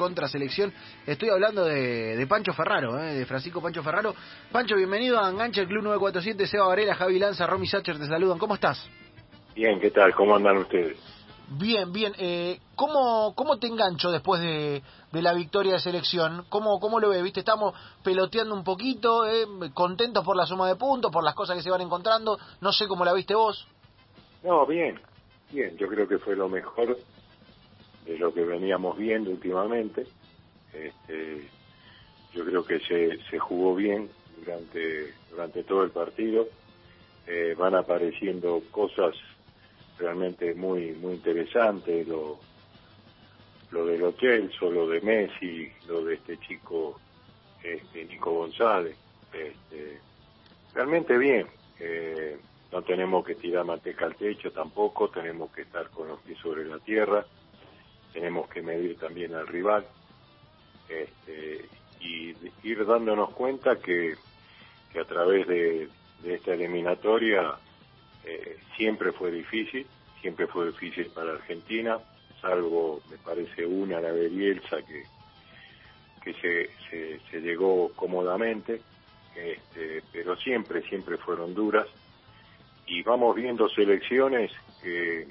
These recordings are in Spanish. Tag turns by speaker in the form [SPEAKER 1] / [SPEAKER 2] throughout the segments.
[SPEAKER 1] recontra selección. Estoy hablando de Pancho Ferraro, de Francisco Pancho Ferraro. Pancho, bienvenido a Enganche, el Club 947. Seba Varela, Javi Lanza, Romy Sacher te saludan. ¿Cómo estás?
[SPEAKER 2] Bien, ¿qué tal? ¿Cómo andan ustedes?
[SPEAKER 1] Bien. ¿Cómo te engancho después de la victoria de selección? ¿Cómo lo ves? ¿Viste? Estamos peloteando un poquito, contentos por la suma de puntos, por las cosas que se van encontrando. No sé cómo la viste vos.
[SPEAKER 2] No, bien. Yo creo que fue lo mejor de lo que veníamos viendo últimamente. Yo creo que se jugó bien durante todo el partido. Van apareciendo cosas realmente muy interesantes, lo de Lo Celso, lo de Messi, lo de este chico Nico González. Realmente bien. No tenemos que tirar manteca al techo tampoco, tenemos que estar con los pies sobre la tierra, tenemos que medir también al rival, y ir dándonos cuenta que a través de esta eliminatoria siempre fue difícil para Argentina, salvo, me parece, una, la de Bielsa, que se llegó cómodamente, pero siempre fueron duras. Y vamos viendo selecciones que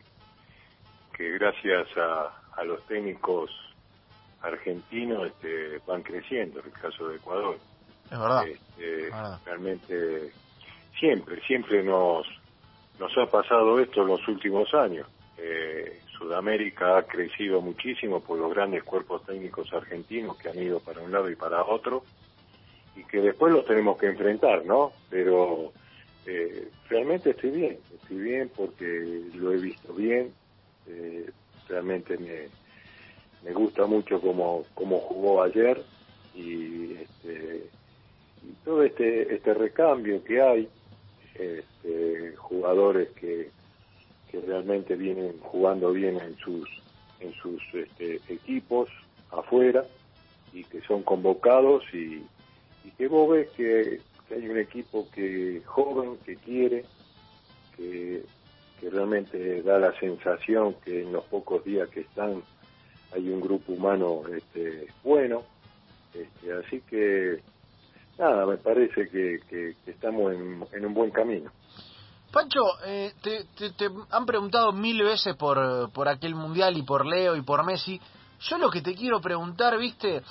[SPEAKER 2] gracias a los técnicos argentinos van creciendo. En el caso de Ecuador,
[SPEAKER 1] Es verdad.
[SPEAKER 2] Realmente siempre nos ha pasado esto en los últimos años. Sudamérica ha crecido muchísimo por los grandes cuerpos técnicos argentinos que han ido para un lado y para otro, y que después los tenemos que enfrentar, ¿no? Pero realmente estoy bien porque lo he visto bien. Realmente me gusta mucho cómo jugó ayer, y todo este recambio que hay, jugadores que realmente vienen jugando bien en sus equipos afuera, y que son convocados, y que vos ves que hay un equipo joven, que quiere, que realmente da la sensación que en los pocos días que están hay un grupo humano bueno, así que nada, me parece que estamos en un buen camino.
[SPEAKER 1] Pancho, te han preguntado 1000 veces por aquel mundial y por Leo y por Messi. Yo lo que te quiero preguntar, viste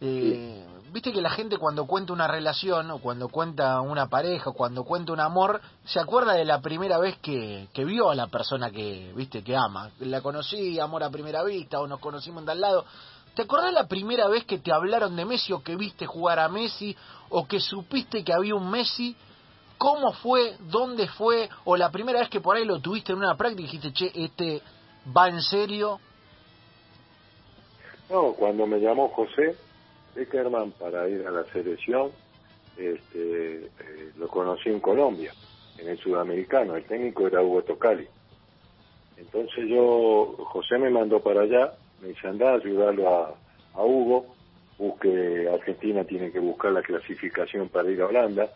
[SPEAKER 1] que la gente cuando cuenta una relación, o cuando cuenta una pareja, o cuando cuenta un amor, se acuerda de la primera vez que vio a la persona que ama. La conocí, amor a primera vista, o nos conocimos en tal lado. ¿Te acordás la primera vez que te hablaron de Messi, o que viste jugar a Messi, o que supiste que había un Messi? ¿Cómo fue? ¿Dónde fue? ¿O la primera vez que por ahí lo tuviste en una práctica y dijiste, che, va en serio?
[SPEAKER 2] No, cuando me llamó José Beckerman para ir a la selección, lo conocí en Colombia, en el Sudamericano. El técnico era Hugo Tocali. Entonces José me mandó para allá, me dice, andá a ayudarlo a Hugo, Argentina tiene que buscar la clasificación para ir a Holanda,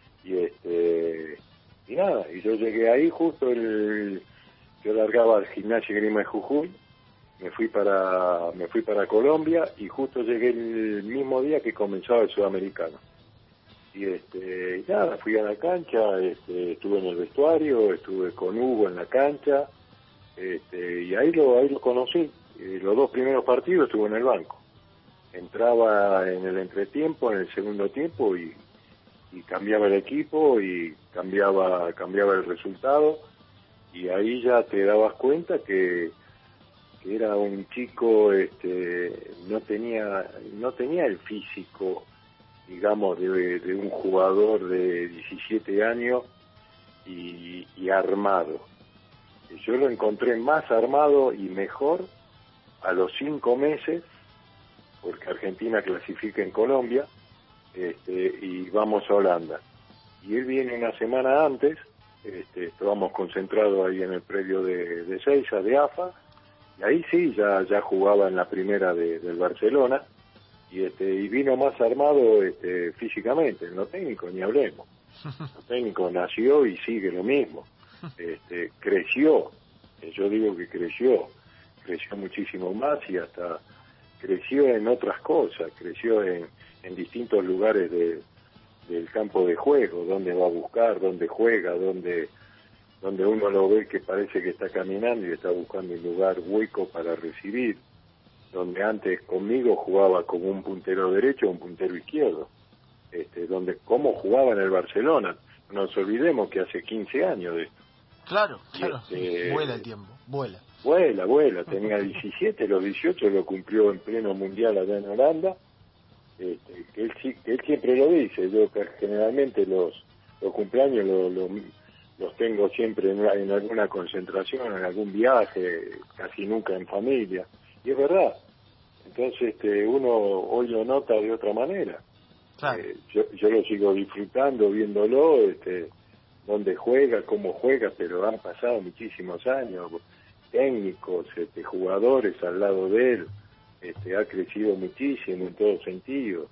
[SPEAKER 2] y nada, y yo llegué ahí justo yo largaba al Gimnasia Grima de Jujuy, me fui para Colombia, y justo llegué el mismo día que comenzaba el Sudamericano. Y nada, fui a la cancha, estuve en el vestuario, estuve con Hugo en la cancha, y ahí lo conocí. Los 2 primeros partidos estuve en el banco. Entraba en el entretiempo, en el segundo tiempo, y cambiaba el equipo, y cambiaba el resultado, y ahí ya te dabas cuenta que era un chico, no tenía el físico, digamos, de un jugador de 17 años y armado. Yo lo encontré más armado y mejor a los 5 meses, porque Argentina clasifica en Colombia, y vamos a Holanda. Y él viene una semana antes, estábamos concentrados ahí en el predio de Seiza, de AFA, y ahí sí, ya jugaba en la primera del Barcelona, y vino más armado físicamente. En lo técnico ni hablemos. Lo técnico nació y sigue lo mismo. Creció, yo digo que creció muchísimo más, y hasta creció en otras cosas, creció en distintos lugares del campo de juego, donde va a buscar, donde juega, donde uno lo ve que parece que está caminando y está buscando un lugar hueco para recibir, donde antes conmigo jugaba como un puntero derecho o un puntero izquierdo, donde cómo jugaba en el Barcelona. No nos olvidemos que hace 15 años de esto.
[SPEAKER 1] Claro,
[SPEAKER 2] Y
[SPEAKER 1] vuela el tiempo, vuela.
[SPEAKER 2] Vuela, tenía 17, los 18 lo cumplió en pleno mundial allá en Holanda, que él siempre lo dice. Yo generalmente los cumpleaños los tengo siempre en alguna concentración, en algún viaje, casi nunca en familia, y es verdad. Entonces uno hoy lo nota de otra manera.
[SPEAKER 1] Claro.
[SPEAKER 2] Yo lo sigo disfrutando, viéndolo, dónde juega, cómo juega, pero han pasado muchísimos años, técnicos, jugadores al lado de él, ha crecido muchísimo en todo sentido.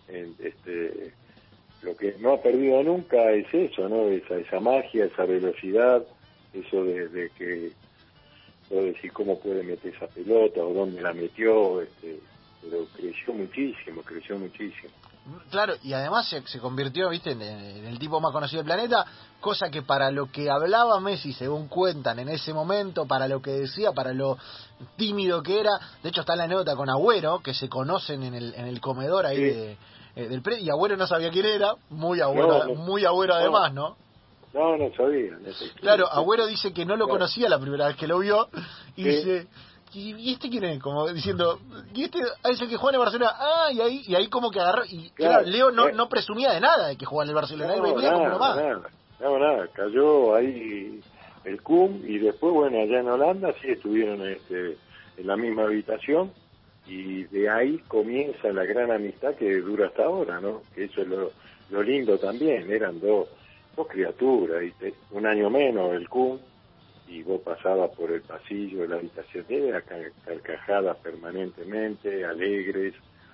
[SPEAKER 2] Lo que no ha perdido nunca es eso, ¿no? Esa magia, esa velocidad, eso de que puedo decir cómo puede meter esa pelota o dónde la metió, pero creció muchísimo.
[SPEAKER 1] Claro, y además se convirtió, viste, en el tipo más conocido del planeta, cosa que para lo que hablaba Messi, según cuentan en ese momento, para lo que decía, para lo tímido que era, de hecho está la anécdota con Agüero, que se conocen en el comedor ahí
[SPEAKER 2] sí.
[SPEAKER 1] del pre, y Agüero no sabía quién era, muy Agüero además, ¿no?
[SPEAKER 2] No sabía.
[SPEAKER 1] Claro, Agüero dice que no lo conocía la primera vez que lo vio, y
[SPEAKER 2] sí.
[SPEAKER 1] dice... ¿Y este quién es? Como diciendo, ¿y este es el que juega en el Barcelona? Ah, y ahí como que agarró, y claro, Leo no presumía de nada de que jugaba en el Barcelona, él venía como uno más.
[SPEAKER 2] Nada, cayó ahí el Kun, y después, bueno, allá en Holanda sí estuvieron en la misma habitación, y de ahí comienza la gran amistad que dura hasta ahora, ¿no? Que eso es lo lindo también, eran dos criaturas, un año menos el Kun, y vos pasabas por el pasillo de la habitación de él, carcajadas permanentemente, alegres,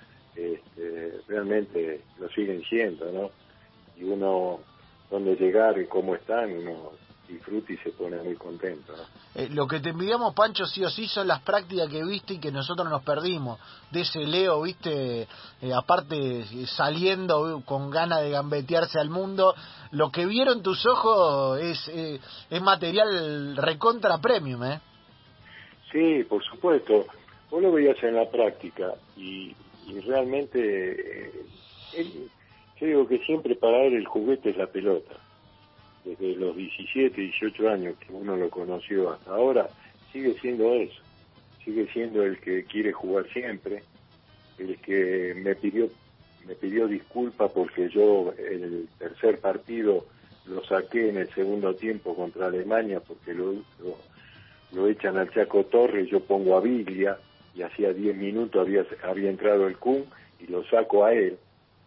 [SPEAKER 2] realmente lo siguen siendo, ¿no? Y uno, donde llegar y cómo están, uno disfruta y se pone muy contento, ¿no?
[SPEAKER 1] Lo que te envidiamos, Pancho, sí o sí, son las prácticas que viste y que nosotros nos perdimos. De ese Leo, viste, aparte saliendo con ganas de gambetearse al mundo, lo que vieron tus ojos es material recontra premium, ¿eh?
[SPEAKER 2] Sí, por supuesto. Vos lo veías en la práctica y realmente, yo digo que siempre para él el juguete es la pelota. Desde los 17, 18 años que uno lo conoció hasta ahora, sigue siendo eso. Sigue siendo el que quiere jugar siempre, el que me pidió disculpas porque yo el tercer partido lo saqué en el segundo tiempo contra Alemania porque lo echan al Chaco Torres, yo pongo a Biglia y hacía 10 minutos había entrado el Kun y lo saco a él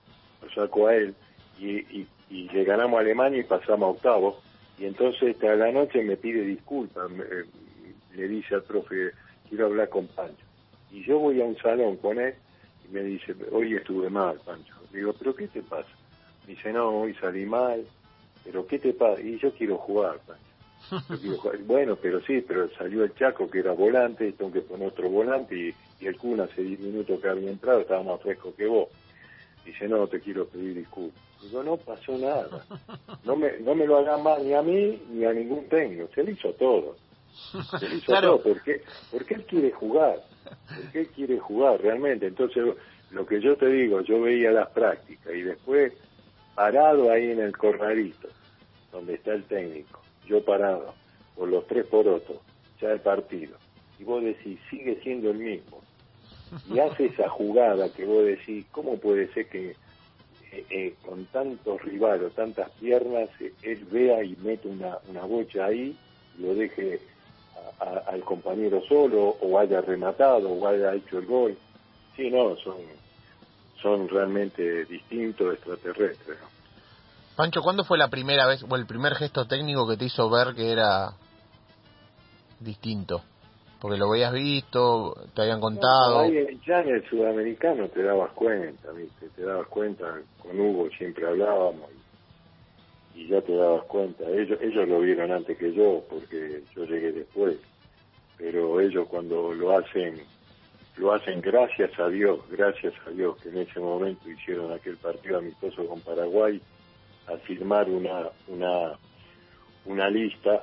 [SPEAKER 2] y le ganamos a Alemania y pasamos a octavos, y entonces a la noche me pide disculpas, le dice al profe, quiero hablar con Pancho, y yo voy a un salón con él y me dice, hoy estuve mal, Pancho. Le digo, ¿pero qué te pasa? Me dice, no, hoy salí mal, ¿pero qué te pasa? Y yo quiero jugar, Pancho. Yo quiero jugar. Bueno, pero salió el Chaco que era volante, tengo que poner otro volante, y el Kun hace 10 minutos que había entrado, estaba más fresco que vos. Dice, no, te quiero pedir disculpas. Digo, no pasó nada. No me lo hagan más ni a mí ni a ningún técnico. Se le hizo todo.
[SPEAKER 1] Claro.
[SPEAKER 2] Todo. Porque él quiere jugar. Porque él quiere jugar realmente. Entonces, lo que yo te digo, yo veía las prácticas y después parado ahí en el corralito, donde está el técnico, yo parado, por los 3 porotos, ya el partido. Y vos decís, sigue siendo el mismo. Y hace esa jugada que vos decís, ¿cómo puede ser que con tantos rivales, tantas piernas, él vea y mete una bocha ahí, lo deje al compañero solo, o haya rematado, o haya hecho el gol? Sí, no, son realmente distintos, extraterrestres, ¿no?
[SPEAKER 3] Pancho, ¿cuándo fue la primera vez, o el primer gesto técnico que te hizo ver que era distinto? Porque lo habías visto, te habían contado.
[SPEAKER 2] No, ahí ya en el sudamericano te dabas cuenta, ¿viste? Te dabas cuenta, con Hugo siempre hablábamos y ya te dabas cuenta. Ellos lo vieron antes que yo, porque yo llegué después, pero ellos cuando lo hacen lo hacen gracias a Dios que en ese momento hicieron aquel partido amistoso con Paraguay al firmar una lista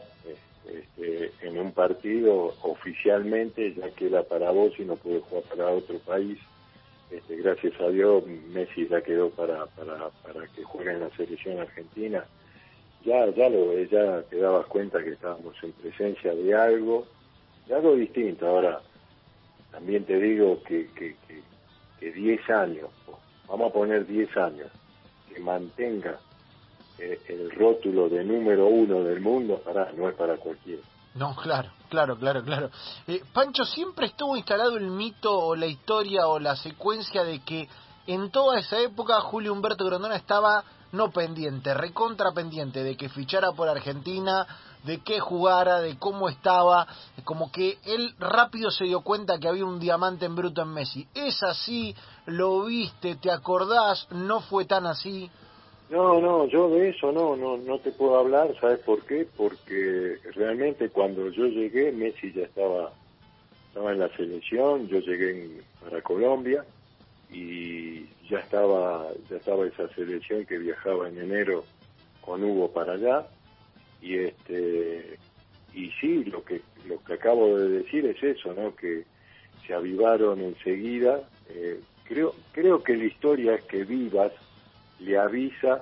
[SPEAKER 2] en un partido oficialmente, ya que era para vos y no pude jugar para otro país. Gracias a Dios Messi ya quedó para que juegue en la selección argentina. Ya te dabas cuenta que estábamos en presencia de algo distinto. Ahora también te digo que 10 años, vamos a poner 10 años, que mantenga el rótulo de número 1 del mundo, no es para cualquiera.
[SPEAKER 1] No, claro. Pancho, siempre estuvo instalado el mito o la historia o la secuencia de que en toda esa época Julio Humberto Grondona estaba no pendiente, recontra pendiente de que fichara por Argentina, de qué jugara, de cómo estaba, como que él rápido se dio cuenta que había un diamante en bruto en Messi. ¿Es así? ¿Lo viste? ¿Te acordás? ¿No fue tan así?
[SPEAKER 2] No, yo de eso no te puedo hablar. ¿Sabes por qué? Porque realmente cuando yo llegué, Messi ya estaba en la selección. Yo llegué para Colombia y ya estaba esa selección que viajaba en enero con Hugo para allá. Y sí, lo que acabo de decir es eso, ¿no? Que se avivaron enseguida. Creo que la historia es que Vivas le avisa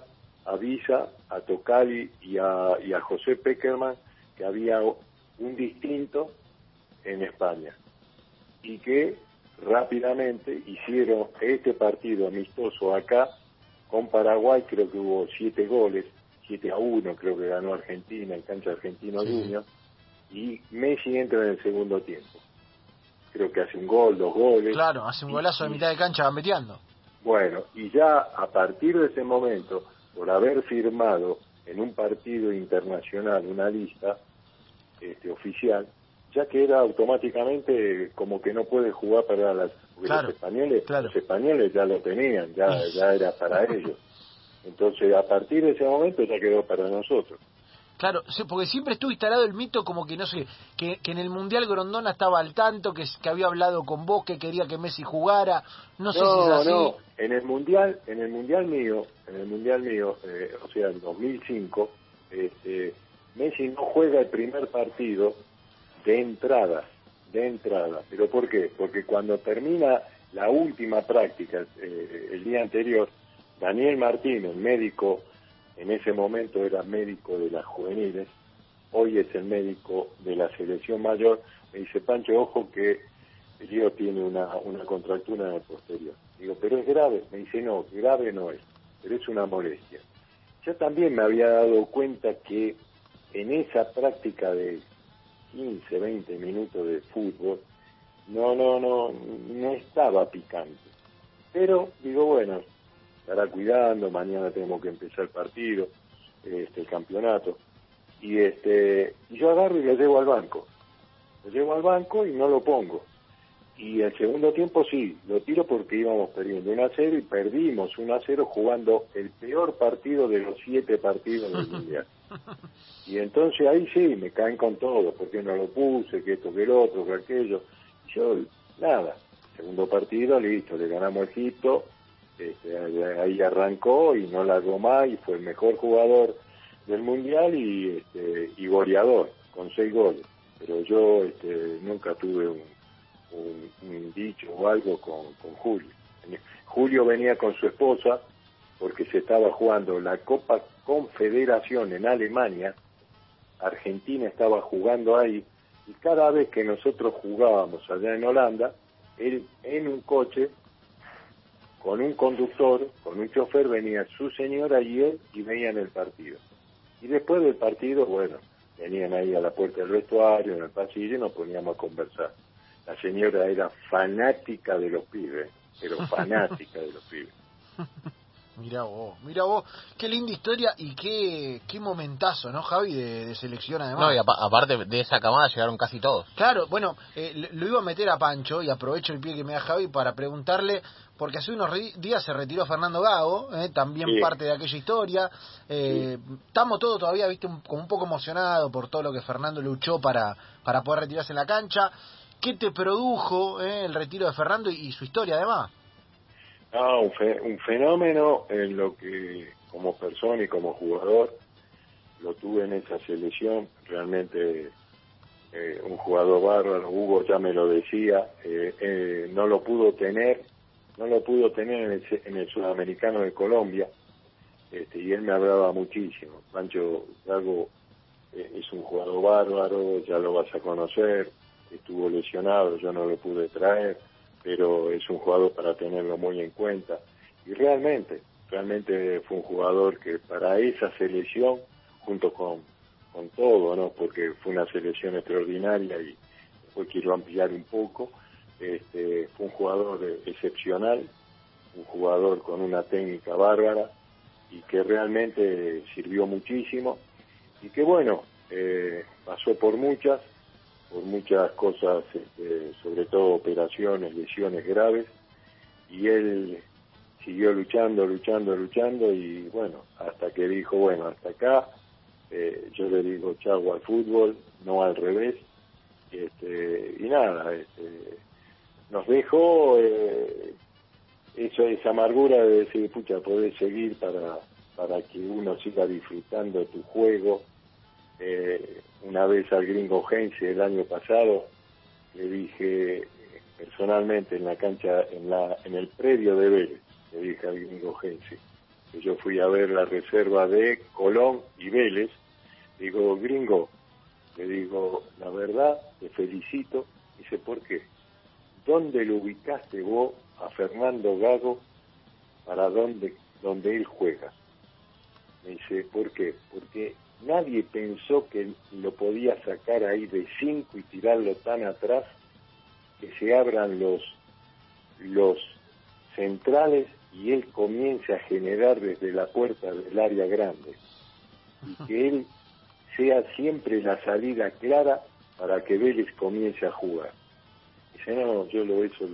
[SPEAKER 2] a Tocali y a José Pekerman que había un distinto en España y que rápidamente hicieron este partido amistoso acá con Paraguay. Creo que hubo 7 goles, 7-1 creo que ganó Argentina en cancha Argentino Juniors, y Messi entra en el segundo tiempo. Creo que hace un gol, 2 goles.
[SPEAKER 1] Claro, hace un golazo de mitad de cancha gambeteando.
[SPEAKER 2] Bueno, y ya a partir de ese momento, por haber firmado en un partido internacional una lista oficial, ya queda automáticamente como que no puede jugar para los españoles.
[SPEAKER 1] Claro.
[SPEAKER 2] Los españoles ya lo tenían, ya era para ellos. Entonces, a partir de ese momento ya quedó para nosotros.
[SPEAKER 1] Claro, porque siempre estuvo instalado el mito como que, no sé, que en el Mundial Grondona estaba al tanto, que había hablado con vos, que quería que Messi jugara. No sé si es así.
[SPEAKER 2] No, en el mundial mío, o sea, en 2005, Messi no juega el primer partido de entrada. ¿Pero por qué? Porque cuando termina la última práctica, el día anterior, Daniel Martínez, médico, en ese momento era médico de las juveniles, hoy es el médico de la selección mayor, me dice: Pancho, ojo que Leo tiene una contractura en el posterior. Digo, ¿pero es grave? Me dice: no, grave no es, pero es una molestia. Yo también me había dado cuenta que en esa práctica de 15, 20 minutos de fútbol, no estaba picante. Pero digo, bueno, estará cuidando, mañana tenemos que empezar el partido, el campeonato. Y yo agarro y lo llevo al banco. Lo llevo al banco y no lo pongo. Y el segundo tiempo sí, lo tiro porque íbamos perdiendo 1-0 y perdimos 1-0 jugando el peor partido de los 7 partidos del Mundial. Y entonces ahí sí, me caen con todo, porque no lo puse, que esto, que el otro, que aquello. Y yo, nada, segundo partido, listo, le ganamos a Egipto, ahí arrancó y no largó más y fue el mejor jugador del Mundial y goleador, con 6 goles. Pero yo nunca tuve un dicho o algo con Julio. Julio venía con su esposa porque se estaba jugando la Copa Confederación en Alemania, Argentina estaba jugando ahí, y cada vez que nosotros jugábamos allá en Holanda, él en un coche, con un conductor, con un chofer, venía su señora y él, y veían el partido. Y después del partido, bueno, venían ahí a la puerta del vestuario, en el pasillo, y nos poníamos a conversar. La señora era fanática de los pibes, pero fanática de los pibes.
[SPEAKER 1] Mirá vos, qué linda historia y qué momentazo, ¿no, Javi? De selección además.
[SPEAKER 3] No, y aparte de esa camada llegaron casi todos.
[SPEAKER 1] Claro, bueno, lo iba a meter a Pancho y aprovecho el pie que me da Javi para preguntarle, porque hace unos días se retiró Fernando Gago, también sí, parte de aquella historia. Estamos todos todavía, viste, como un poco emocionados por todo lo que Fernando luchó para poder retirarse en la cancha. qué te produjo el retiro de Fernando y su historia además.
[SPEAKER 2] No, un fenómeno en lo que como persona y como jugador lo tuve en esa selección, realmente un jugador bárbaro. Hugo ya me lo decía, no lo pudo tener en el Sudamericano de Colombia, y él me hablaba muchísimo. Pancho Gago es un jugador bárbaro, ya lo vas a conocer, estuvo lesionado, yo no lo pude traer, pero es un jugador para tenerlo muy en cuenta. Y realmente fue un jugador que para esa selección, junto con todo, ¿no? Porque fue una selección extraordinaria y después quiero ampliar un poco, fue un jugador excepcional, un jugador con una técnica bárbara y que realmente sirvió muchísimo y que bueno, pasó por muchas cosas, sobre todo operaciones, lesiones graves, y él siguió luchando y bueno, hasta que dijo, bueno, hasta acá, yo le digo chau al fútbol, no al revés, y nada, nos dejó esa amargura de decir, pucha, podés seguir para que uno siga disfrutando de tu juego. Una vez al gringo Heinze el año pasado le dije personalmente en la cancha, en el predio de Vélez, le dije al gringo Heinze que yo fui a ver la reserva de Colón y Vélez, digo, gringo, le digo, la verdad, te felicito. Dice, ¿por qué? ¿Dónde lo ubicaste vos a Fernando Gago para donde él juega? Me dice, ¿por qué? Porque nadie pensó que lo podía sacar ahí de 5 y tirarlo tan atrás que se abran los centrales y él comience a generar desde la puerta del área grande. Y que él sea siempre la salida clara para que Vélez comience a jugar. Dice, no, yo eso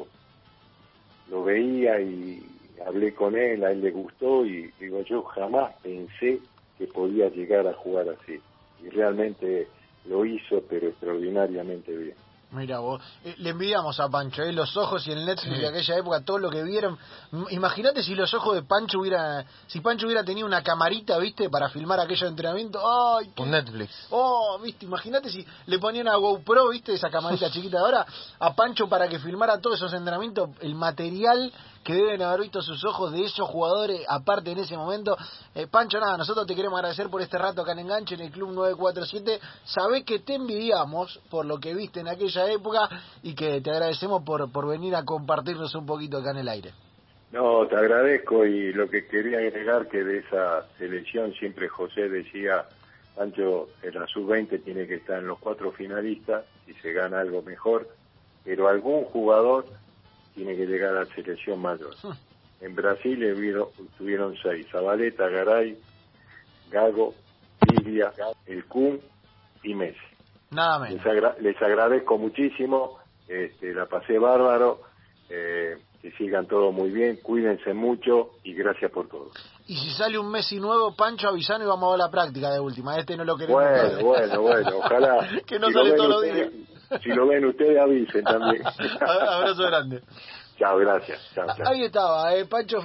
[SPEAKER 2] lo veía y hablé con él, a él le gustó y digo, yo jamás pensé que podía llegar a jugar así. Y realmente lo hizo, pero extraordinariamente bien.
[SPEAKER 1] Mira vos, le envidiamos a Pancho, los ojos y el Netflix de aquella época, todo lo que vieron. Imagínate si los ojos de Pancho si Pancho hubiera tenido una camarita, viste, para filmar aquellos entrenamientos. ¡Ay!
[SPEAKER 3] Un Netflix.
[SPEAKER 1] Oh, viste, imagínate si le ponían a GoPro, viste, esa camarita chiquita de ahora, a Pancho para que filmara todos esos entrenamientos, el material que deben haber visto sus ojos de esos jugadores, aparte en ese momento. Pancho, nada, nosotros te queremos agradecer por este rato acá en Enganche, en el Club 947. Sabés que te envidiamos por lo que viste en aquella época y que te agradecemos por venir a compartirnos un poquito acá en el aire.
[SPEAKER 2] No, te agradezco, y lo que quería agregar que de esa selección siempre José decía, Pancho, en la sub-20 tiene que estar en los 4 finalistas, si se gana algo mejor, pero algún jugador tiene que llegar a la selección mayor. En Brasil tuvieron 6, Zabaleta, Garay, Gago, Villa, El Kun y Messi.
[SPEAKER 1] Nada menos.
[SPEAKER 2] Les agradezco muchísimo, la pasé bárbaro, que sigan todo muy bien, cuídense mucho y gracias por todo.
[SPEAKER 1] Y si sale un Messi nuevo, Pancho, avisano y vamos a ver la práctica de última. No lo queremos.
[SPEAKER 2] Bueno, ojalá.
[SPEAKER 1] Que no sale todos los días.
[SPEAKER 2] Si lo ven ustedes, avisen también.
[SPEAKER 1] Abrazo grande.
[SPEAKER 2] Chao, gracias. Chao.
[SPEAKER 1] Ahí estaba, Pancho.